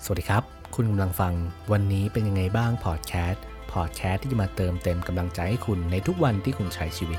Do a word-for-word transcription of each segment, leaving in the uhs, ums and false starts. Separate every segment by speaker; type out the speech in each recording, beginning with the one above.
Speaker 1: สวัสดีครับคุณกำลังฟังวันนี้เป็นยังไงบ้างพอดแคสต์พอดแคสต์ที่จะมาเติมเต็มกำลังใจให้คุณในทุกวันที่คุณใช้ชีวิต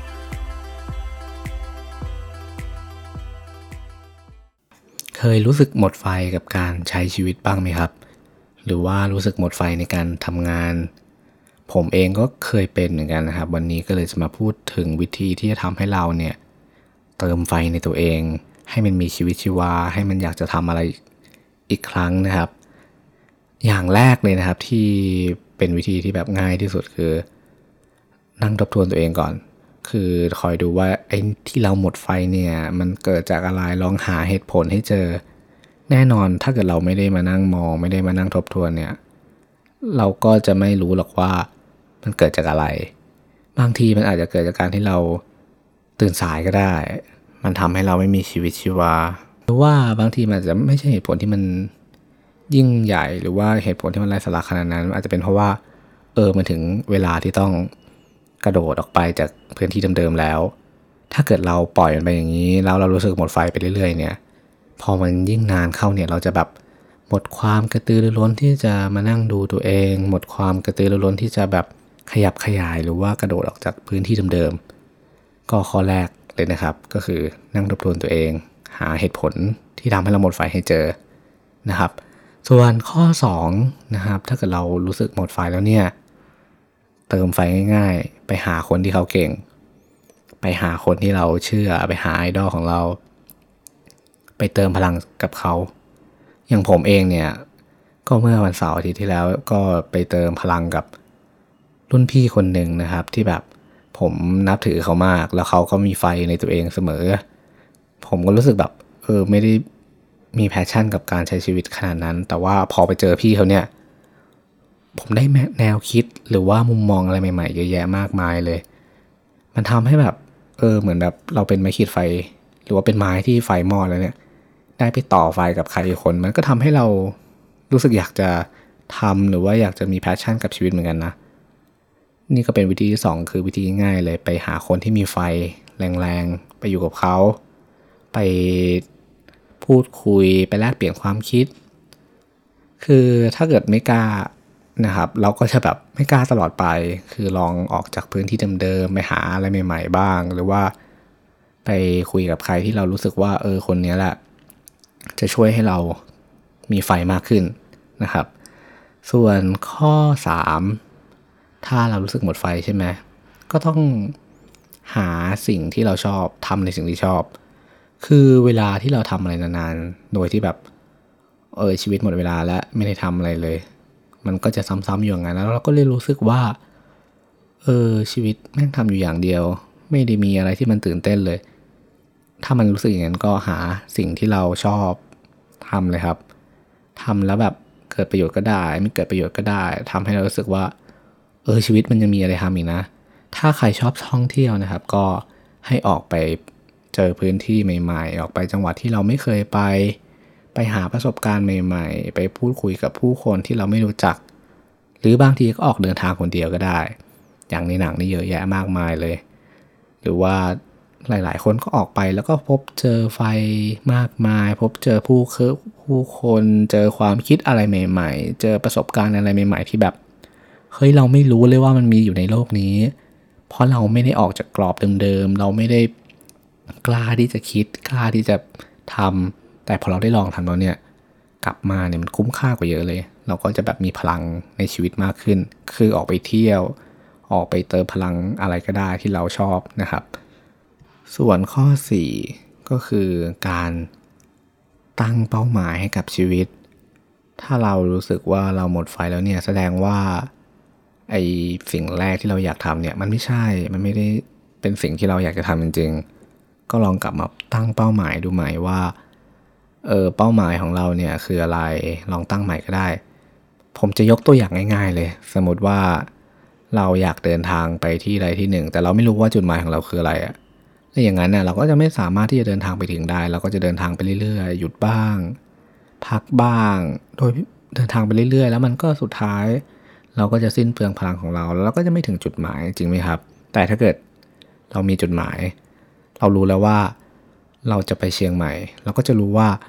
Speaker 1: เคยรู้สึกหมดไฟกับการใช้ชีวิตบ้างไหมครับหรือว่ารู้สึกหมดไฟในการทำงานผมเองก็เคยเป็นเหมือนกันนะครับวันนี้ก็เลยจะมาพูดถึงวิธีที่จะทำให้เราเนี่ยเติมไฟในตัวเองให้มันมีชีวิตชีวาให้มันอยากจะทำอะไรอีกครั้งนะครับอย่างแรกเลยนะครับที่เป็นวิธีที่แบบง่ายที่สุดคือนั่งทบทวนตัวเองก่อนคือคอยดูว่าไอ้ที่เราหมดไฟเนี่ยมันเกิดจากอะไรลองหาเหตุผลให้เจอแน่นอนถ้าเกิดเราไม่ได้มานั่งมองไม่ได้มานั่งทบทวนเนี่ยเราก็จะไม่รู้หรอกว่ามันเกิดจากอะไรบางทีมันอาจจะเกิดจากการที่เราตื่นสายก็ได้มันทำให้เราไม่มีชีวิตชีวาหรือว่าบางทีมันอาจจะไม่ใช่เหตุผลที่มันยิ่งใหญ่หรือว่าเหตุผลที่มันไร้สาระขนาดนั้นอาจจะเป็นเพราะว่าเออมันถึงเวลาที่ต้องกระโดดออกไปจากพื้นที่เดิมๆแล้วถ้าเกิดเราปล่อยมันไปอย่างนี้แล้วเรารู้สึกหมดไฟไปเรื่อยๆเนี่ยพอมันยิ่งนานเข้าเนี่ยเราจะแบบหมดความกระตือรือร้นที่จะมานั่งดูตัวเองหมดความกระตือรือร้นที่จะแบบขยับขยายหรือว่ากระโดดออกจากพื้นที่เดิมๆก็ข้อแรกเลยนะครับก็คือนั่งทบทวนตัวเองหาเหตุผลที่ทำให้เราหมดไฟให้เจอนะครับส่วนข้อสองนะครับถ้าเกิดเรารู้สึกหมดไฟแล้วเนี่ยเติมไฟง่ายๆไปหาคนที่เขาเก่งไปหาคนที่เราเชื่อไปหาไอดอลของเราไปเติมพลังกับเขาอย่างผมเองเนี่ยก็เมื่อวันเสาร์อาทิตย์ที่แล้วก็ไปเติมพลังกับรุ่นพี่คนหนึ่งนะครับที่แบบผมนับถือเขามากแล้วเขาก็มีไฟในตัวเองเสมอผมก็รู้สึกแบบเออไม่ได้มีแพชชั่นกับการใช้ชีวิตขนาดนั้นแต่ว่าพอไปเจอพี่เขาเนี่ยผมได้แนวคิดหรือว่ามุมมองอะไรใหม่ๆเยอะแยะมากมายเลยมันทำให้แบบเออเหมือนแบบเราเป็นไม้ขีดไฟหรือว่าเป็นไม้ที่ไฟมอดแล้วเนี่ยได้ไปต่อไฟกับใครคนมันก็ทำให้เรารู้สึกอยากจะทำหรือว่าอยากจะมีแพชชั่นกับชีวิตเหมือนกันนะนี่ก็เป็นวิธีที่สองคือวิธีง่ายเลยไปหาคนที่มีไฟแรงๆไปอยู่กับเขาไปพูดคุยไปแลกเปลี่ยนความคิดคือถ้าเกิดไม่กล้านะครับเราก็จะแบบไม่กล้าตลอดไปคือลองออกจากพื้นที่เดิมๆไปหาอะไรใหม่ๆบ้างหรือว่าไปคุยกับใครที่เรารู้สึกว่าเออคนนี้แหละจะช่วยให้เรามีไฟมากขึ้นนะครับส่วนข้อสามถ้าเรารู้สึกหมดไฟใช่ไหมก็ต้องหาสิ่งที่เราชอบทำในสิ่งที่ชอบคือเวลาที่เราทำอะไรนานๆโดยที่แบบเออชีวิตหมดเวลาแล้วไม่ได้ทำอะไรเลยมันก็จะซ้ำๆอยู่อย่างนั้นแล้วเราก็เลยรู้สึกว่าเออชีวิตแม่งทำอยู่อย่างเดียวไม่ได้มีอะไรที่มันตื่นเต้นเลยถ้ามันรู้สึกอย่างนั้นก็หาสิ่งที่เราชอบทำเลยครับทำแล้วแบบเกิดประโยชน์ก็ได้ไม่เกิดประโยชน์ก็ได้ทำให้เรารู้สึกว่าเออชีวิตมันยังมีอะไรทำอีกนะถ้าใครชอบท่องเที่ยวนะครับก็ให้ออกไปเจอพื้นที่ใหม่ๆออกไปจังหวัดที่เราไม่เคยไปไปหาประสบการณ์ใหม่ๆไปพูดคุยกับผู้คนที่เราไม่รู้จักหรือบางทีก็ออกเดินทางคนเดียวก็ได้อย่างในหนังนี่เยอะแยะมากมายเลยหรือว่าหลายๆคนก็ออกไปแล้วก็พบเจอไฟมากมายพบเจอผู้คือผู้คนเจอความคิดอะไรใหม่ๆเจอประสบการณ์อะไรใหม่ๆที่แบบเฮ้ยเราไม่รู้เลยว่ามันมีอยู่ในโลกนี้เพราะเราไม่ได้ออกจากกรอบเดิมๆเราไม่ได้กล้าที่จะคิดกล้าที่จะทำแต่พอเราได้ลองทำแล้วเนี่ยกลับมาเนี่ยมันคุ้มค่ากว่าเยอะเลยเราก็จะแบบมีพลังในชีวิตมากขึ้นคือออกไปเที่ยวออกไปเติมพลังอะไรก็ได้ที่เราชอบนะครับส่วนข้อสี่ก็คือการตั้งเป้าหมายให้กับชีวิตถ้าเรารู้สึกว่าเราหมดไฟแล้วเนี่ยแสดงว่าไอสิ่งแรกที่เราอยากทำเนี่ยมันไม่ใช่มันไม่ได้เป็นสิ่งที่เราอยากจะทำจริงๆก็ลองกลับมาตั้งเป้าหมายดูใหม่ว่าเออเป้าหมายของเราเนี่ยคืออะไรลองตั้งใหม่ก็ได้ผมจะยกตัวอย่างง่ายๆเลยสมมติว่าเราอยากเดินทางไปที่ใดที่หนึ่งแต่เราไม่รู้ว่าจุดหมายของเราคืออะไรอะถ้าอย่างนั้นเนี่ยเราก็จะไม่สามารถที่จะเดินทางไปถึงได้เราก็จะเดินทางไปเรื่อยๆหยุดบ้างพักบ้างโดยเดินทางไปเรื่อยๆแล้วมันก็สุดท้ายเราก็จะสิ้นเปลืองพลังของเราแล้วเราก็จะไม่ถึงจุดหมายจริงไหมครับแต่ถ้าเกิดเรามีจุดหมายเรารู้แล้วว่าเราจะไปเชียงใหม่เราก็จะรู้ว่า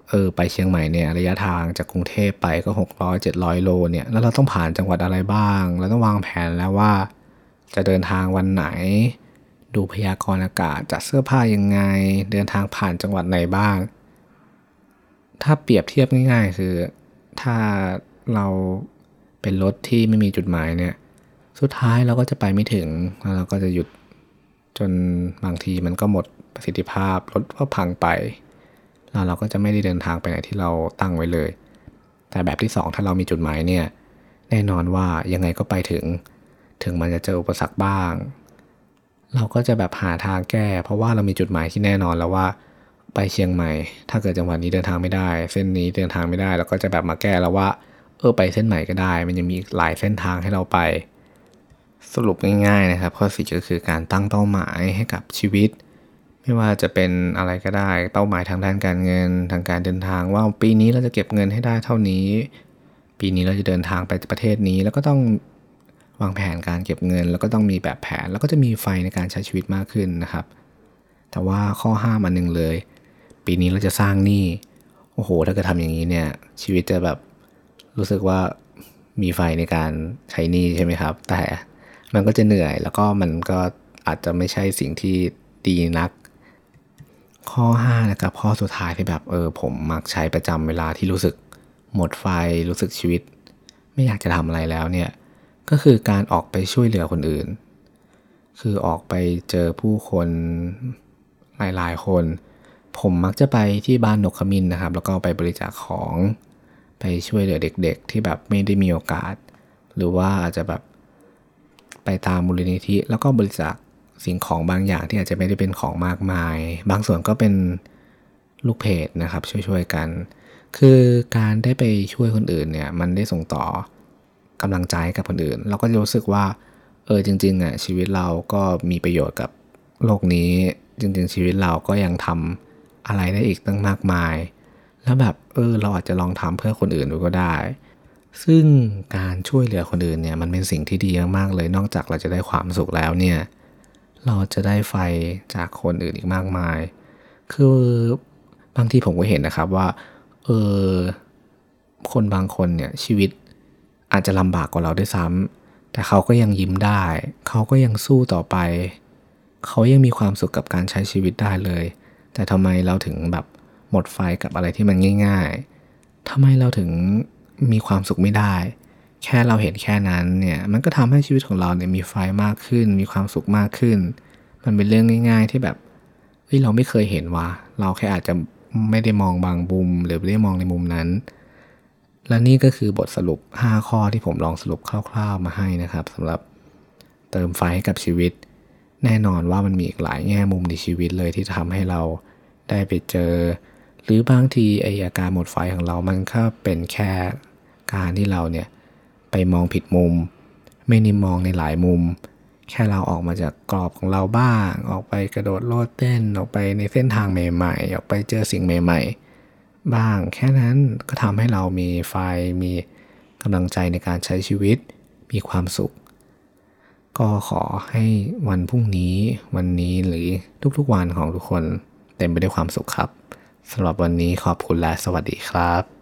Speaker 1: เออไปเชียงใหม่เนี่ยระยะทางจากกรุงเทพไปก็หกร้อยเจ็ดร้อยโลเนี่ยแล้วเราต้องผ่านจังหวัดอะไรบ้างเราต้องวางแผนแล้วว่าจะเดินทางวันไหนดูพยากรณ์อากาศจัดเสื้อผ้ายังไงเดินทางผ่านจังหวัดไหนบ้างถ้าเปรียบเทียบง่ายๆคือถ้าเราเป็นรถที่ไม่มีจุดหมายเนี่ยสุดท้ายเราก็จะไปไม่ถึงแล้วเราก็จะหยุดจนบางทีมันก็หมดประสิทธิภาพรถก็พังไปแล้วเราก็จะไม่ได้เดินทางไปไหนที่เราตั้งไว้เลยแต่แบบที่สองถ้าเรามีจุดหมายเนี่ยแน่นอนว่ายังไงก็ไปถึงถึงมันจะเจออุปสรรคบ้างเราก็จะแบบหาทางแก้เพราะว่าเรามีจุดหมายที่แน่นอนแล้วว่าไปเชียงใหม่ถ้าเกิดจังหวัดนี้เดินทางไม่ได้เส้นนี้เดินทางไม่ได้เราก็จะแบบมาแก้แล้วว่าเออไปเส้นไหนก็ได้มันยังมีหลายเส้นทางให้เราไปสรุปง่ายๆนะครับข้อสี่ก็คือการตั้งเป้าหมายให้กับชีวิตไม่ว่าจะเป็นอะไรก็ได้เป้าหมายทางด้านการเงินทางการเดินทางว่าปีนี้เราจะเก็บเงินให้ได้เท่านี้ปีนี้เราจะเดินทางไปประเทศนี้แล้วก็ต้องวางแผนการเก็บเงินแล้วก็ต้องมีแบบแผนแล้วก็จะมีไฟในการใช้ชีวิตมากขึ้นนะครับแต่ว่าข้อห้ามอันนึงเลยปีนี้เราจะสร้างหนี้โอ้โหถ้าเกิดทำอย่างนี้เนี่ยชีวิตจะแบบรู้สึกว่ามีไฟในการใช้หนี้ใช่ไหมครับแต่มันก็จะเหนื่อยแล้วก็มันก็อาจจะไม่ใช่สิ่งที่ดีนักข้อห้านะครับข้อสุดท้ายที่แบบเออผมมักใช้ประจำเวลาที่รู้สึกหมดไฟรู้สึกชีวิตไม่อยากจะทำอะไรแล้วเนี่ยก็คือการออกไปช่วยเหลือคนอื่นคือออกไปเจอผู้คนหลายๆคนผมมักจะไปที่บ้านนกขมิ้นนะครับแล้วก็ไปบริจาคของไปช่วยเหลือเด็กๆที่แบบไม่ได้มีโอกาสหรือว่าอาจจะแบบไปตามมูลนิธิแล้วก็บริจาคสิ่งของบางอย่างที่อาจจะไม่ได้เป็นของมากมายบางส่วนก็เป็นลูกเพจนะครับช่วยๆกันคือการได้ไปช่วยคนอื่นเนี่ยมันได้ส่งต่อกำลังใจกับคนอื่นเราก็รู้สึกว่าเออจริงๆอ่ะชีวิตเราก็มีประโยชน์กับโลกนี้จริงๆชีวิตเราก็ยังทำอะไรได้อีกตั้งมากมายแล้วแบบเออเราอาจจะลองทำเพื่อคนอื่นดูก็ได้ซึ่งการช่วยเหลือคนอื่นเนี่ยมันเป็นสิ่งที่ดีมากๆเลยนอกจากเราจะได้ความสุขแล้วเนี่ยเราจะได้ไฟจากคนอื่นอีกมากมายคือบางทีผมก็เห็นนะครับว่าเออคนบางคนเนี่ยชีวิตอาจจะลำบากกว่าเราด้วยซ้ำแต่เขาก็ยังยิ้มได้เขาก็ยังสู้ต่อไปเขายังมีความสุขกับการใช้ชีวิตได้เลยแต่ทำไมเราถึงแบบหมดไฟกับอะไรที่มันง่ายๆทำไมเราถึงมีความสุขไม่ได้แค่เราเห็นแค่นั้นเนี่ยมันก็ทำให้ชีวิตของเราเนี่ยมีไฟมากขึ้นมีความสุขมากขึ้นมันเป็นเรื่องง่ายๆที่แบบเฮ้ยเราไม่เคยเห็นว่าเราแค่อาจจะไม่ได้มองบางมุมหรือไม่ได้มองในมุมนั้นและนี่ก็คือบทสรุปห้าข้อที่ผมลองสรุปคร่าวๆมาให้นะครับสำหรับเติมไฟให้กับชีวิตแน่นอนว่ามันมีอีกหลายแง่มุมในชีวิตเลยที่ทำให้เราได้ไปเจอหรือบางทีไอ้อาการหมดไฟของเรามันก็เป็นแค่การที่เราเนี่ยไปมองผิดมุมไม่ได้มองในหลายมุมแค่เราออกมาจากกรอบของเราบ้างออกไปกระโดดโลดเต้นออกไปในเส้นทางใหม่ๆออกไปเจอสิ่งใหม่ๆบ้างแค่นั้นก็ทำให้เรามีไฟมีกำลังใจในการใช้ชีวิตมีความสุขก็ขอให้วันพรุ่งนี้วันนี้หรือทุกๆวันของทุกคนเต็มไปด้วยความสุขครับสำหรับวันนี้ขอบคุณและสวัสดีครับ